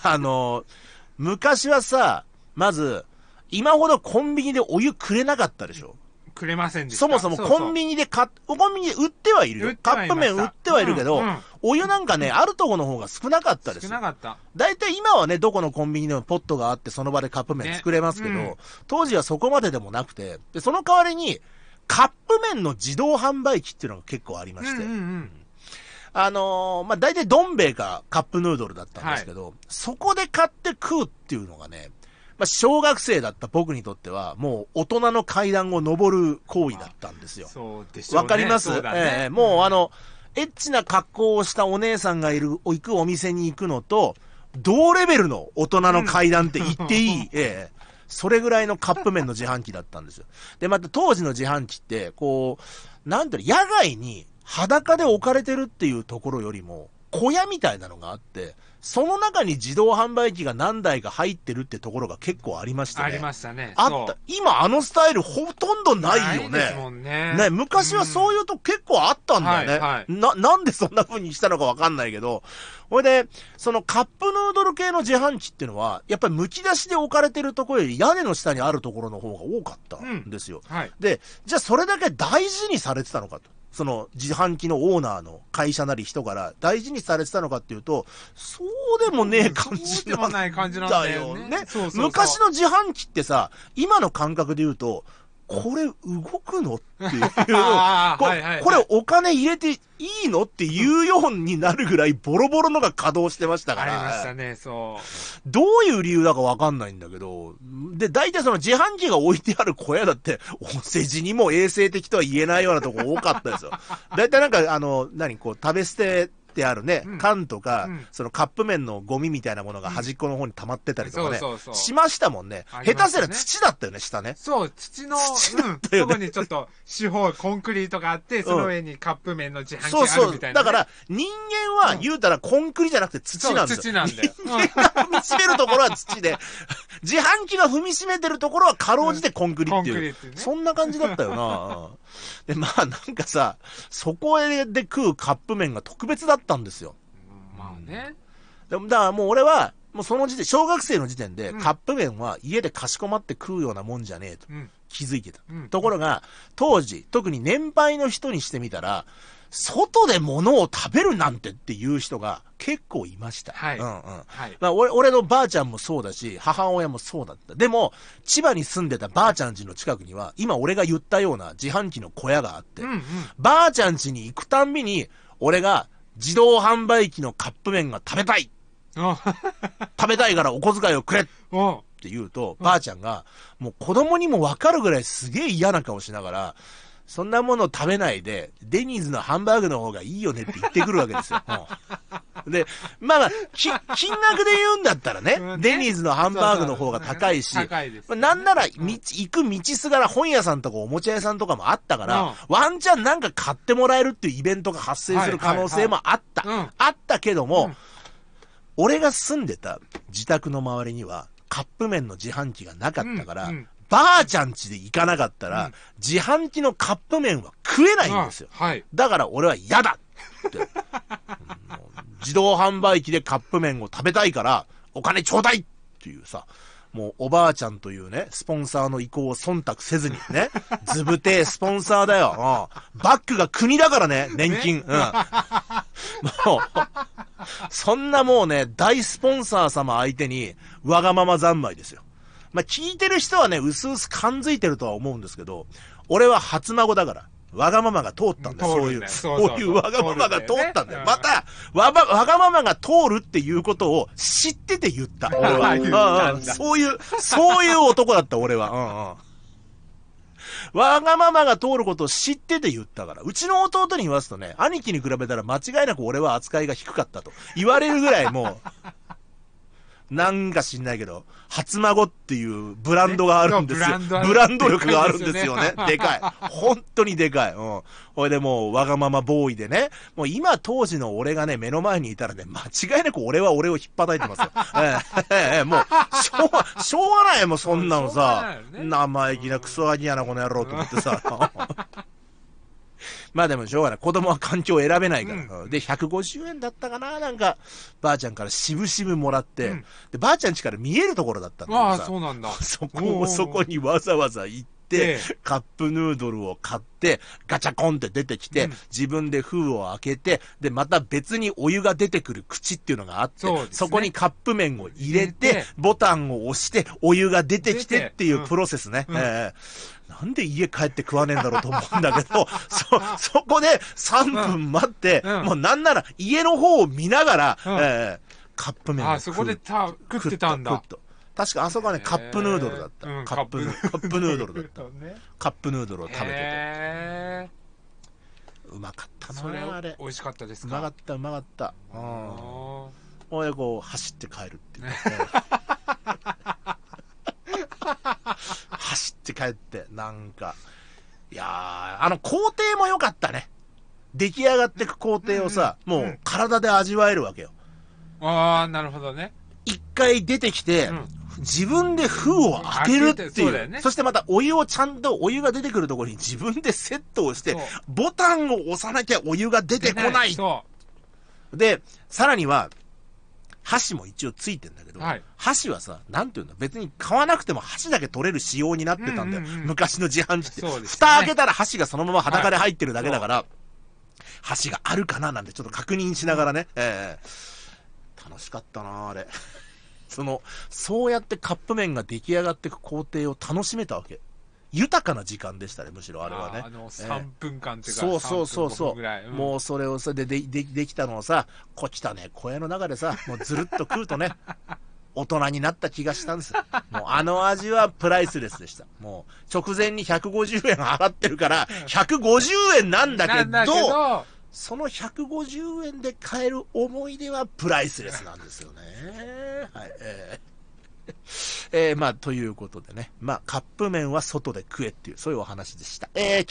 昔はさ、まず、今ほどコンビニでお湯くれなかったでしょ。 くれませんでした。 そもそもコンビニでコンビニで売ってはいるよ。カップ麺売ってはいるけど、お湯なんかね、あるとこの方が少なかったですよ。 少なかった。 だいたい今はね、どこのコンビニでもポットがあって、その場でカップ麺作れますけど、当時はそこまででもなくて、で、その代わりに、カップ麺の自動販売機っていうのが結構ありまして、だいたいどん兵衛かカップヌードルだったんですけど、そこで買って食うっていうのがね、小学生だった僕にとっては、もう大人の階段を上る行為だったんですよ。 そうでしょうね。 わかります、もうエッチな格好をしたお姉さんが行くお店に行くのと、同レベルの大人の階段って言っていい、それぐらいのカップ麺の自販機だったんですよ。で、また当時の自販機って、こう、なんていうの、野外に裸で置かれてるっていうところよりも、小屋みたいなのがあって、その中に自動販売機が何台か入ってるってところが結構ありましたね。 ありましたね。 あった。今スタイルほとんどないよね。 ないですもんね。 ね、昔はそういうと結構あったんだよね。なんでそんな風にしたのかわかんないけど。ほいで、そのカップヌードル系の自販機っていうのは、やっぱり剥き出しで置かれてるところより屋根の下にあるところの方が多かったんですよ。で、じゃあそれだけ大事にされてたのかと。その自販機のオーナーの会社なり人から大事にされてたのかっていうと、そうでもねえ感じなんだよね。昔の自販機ってさ、今の感覚で言うと、これ動くのっていうこれお金入れていいのっていうようになるぐらいボロボロのが稼働してましたから。 ありましたね、そう。 どういう理由だかわかんないんだけど、で、大体その自販機が置いてある小屋だって、お世辞にも衛生的とは言えないようなとこ多かったですよ。大体なんか食べ捨て、ってあるね、缶とか、そのカップ麺のゴミみたいなものが端っこの方に溜まってたりとかね、しましたもんね。下手すりゃ土だったよね、下ね。 そう、土の、そこにちょっと四方コンクリートがあって、その上にカップ麺の自販機があるみたいな。 だから、人間は言うたらコンクリじゃなくて土なんですよ。 土なんだよ。 人間が踏みしめるところは土で、自販機が踏みしめてるところはかろうじてコンクリっていう。そんな感じだったよな。で、なんかさ、そこで食うカップ麺が特別だったんですよ。 まあね。 だからもう俺は、もうその時点、小学生の時点で、カップ麺は家でかしこまって食うようなもんじゃねえと気づいてた。ところが、当時、特に年配の人にしてみたら、外で物を食べるなんてっていう人が結構いました。俺のばあちゃんもそうだし、母親もそうだった。でも、千葉に住んでたばあちゃん家の近くには、今俺が言ったような自販機の小屋があって、ばあちゃん家に行くたんびに、俺が自動販売機のカップ麺が食べたい食べたいからお小遣いをくれって言うと、ばあちゃんが、もう子供にもわかるぐらいすげえ嫌な顔しながら、そんなもの食べないで、デニーズのハンバーグの方がいいよねって言ってくるわけですよ。で、金額で言うんだったらね、デニーズのハンバーグの方が高いし、なんなら行く道すがら本屋さんとかおもちゃ屋さんとかもあったから、ワンチャンなんか買ってもらえるっていうイベントが発生する可能性もあった。あったけども、俺が住んでた自宅の周りにはカップ麺の自販機がなかったから、ばあちゃん家で行かなかったら、自販機のカップ麺は食えないんですよ。だから俺は嫌だって自動販売機でカップ麺を食べたいからお金ちょうだいっていうさ、もうおばあちゃんというね、スポンサーの意向を忖度せずにね、ずぶてスポンサーだよ。バックが国だからね、年金。もう、そんなもうね、大スポンサー様相手にわがまま三昧ですよ。聞いてる人はね、うすうす感づいてるとは思うんですけど、俺は初孫だから、わがままが通ったんだよ。そういうわがままが通ったんだよ。また、わがままが通るっていうことを知ってて言った。俺は。そういう男だった、俺は。わがままが通ることを知ってて言ったから。うちの弟に言わすとね、兄貴に比べたら間違いなく俺は扱いが低かったと言われるぐらいもう、なんか知んないけど、初孫っていうブランドがあるんですよ。ブランド力があるんですよね。でかい。本当にでかい。ほいでもう、わがままボーイでね、もう今当時の俺がね、目の前にいたらね、間違いなく俺は俺を引っ叩いてますよ。もう、しょうがないもん、そんなのさ。生意気なクソガキやな、この野郎と思ってさ。 まあでもしょうがない。子供は環境を選べないから。で、150円だったかな、なんか、ばあちゃんから渋々もらって、で、ばあちゃん家から見えるところだったんだけどさ。 ああ、そうなんだ。 そこにわざわざ行って、カップヌードルを買って、ガチャコンって出てきて、自分で封を開けて、で、また別にお湯が出てくる口っていうのがあって、そこにカップ麺を入れて、ボタンを押して、お湯が出てきてっていうプロセスね。なんで家帰って食わねえんだろうと思うんだけど、そこで3分待って、もうなんなら家の方を見ながら、カップ麺をそこで食ってたんだ。 確かあそこはね、カップヌードルだった。カップヌードルだった。カップヌードルを食べてて。うまかったなあれ。 美味しかったですか？ うまかった、うまかった。俺こう、走って帰るっていう。走って帰って、なんか。いやー、工程も良かったね。出来上がってく工程をさ、もう体で味わえるわけよ。 ああ、なるほどね。 一回出てきて、自分で封を開けるっていう。そしてまたお湯をちゃんと、お湯が出てくるところに自分でセットをして、ボタンを押さなきゃお湯が出てこない。で、さらには、箸も一応ついてんだけど、箸はさ、なんていうんだ、別に買わなくても箸だけ取れる仕様になってたんだよ。昔の自販機って。蓋開けたら箸がそのまま裸で入ってるだけだから、箸があるかななんてちょっと確認しながらね。楽しかったなあれ。そうやってカップ麺が出来上がっていく工程を楽しめたわけ。豊かな時間でしたね、むしろあれはね。 3分間っていうか、 そう。もうそれをできたのをさ、こきたね、小屋の中でさ、もうずるっと食うとね、大人になった気がしたんですよ。もう味はプライスレスでした。もう直前に150円払ってるから、150円なんだけど、その150円で買える思い出はプライスレスなんですよね。はい。まあ、ということでね。まあ、カップ麺は外で食えっていう、そういうお話でした。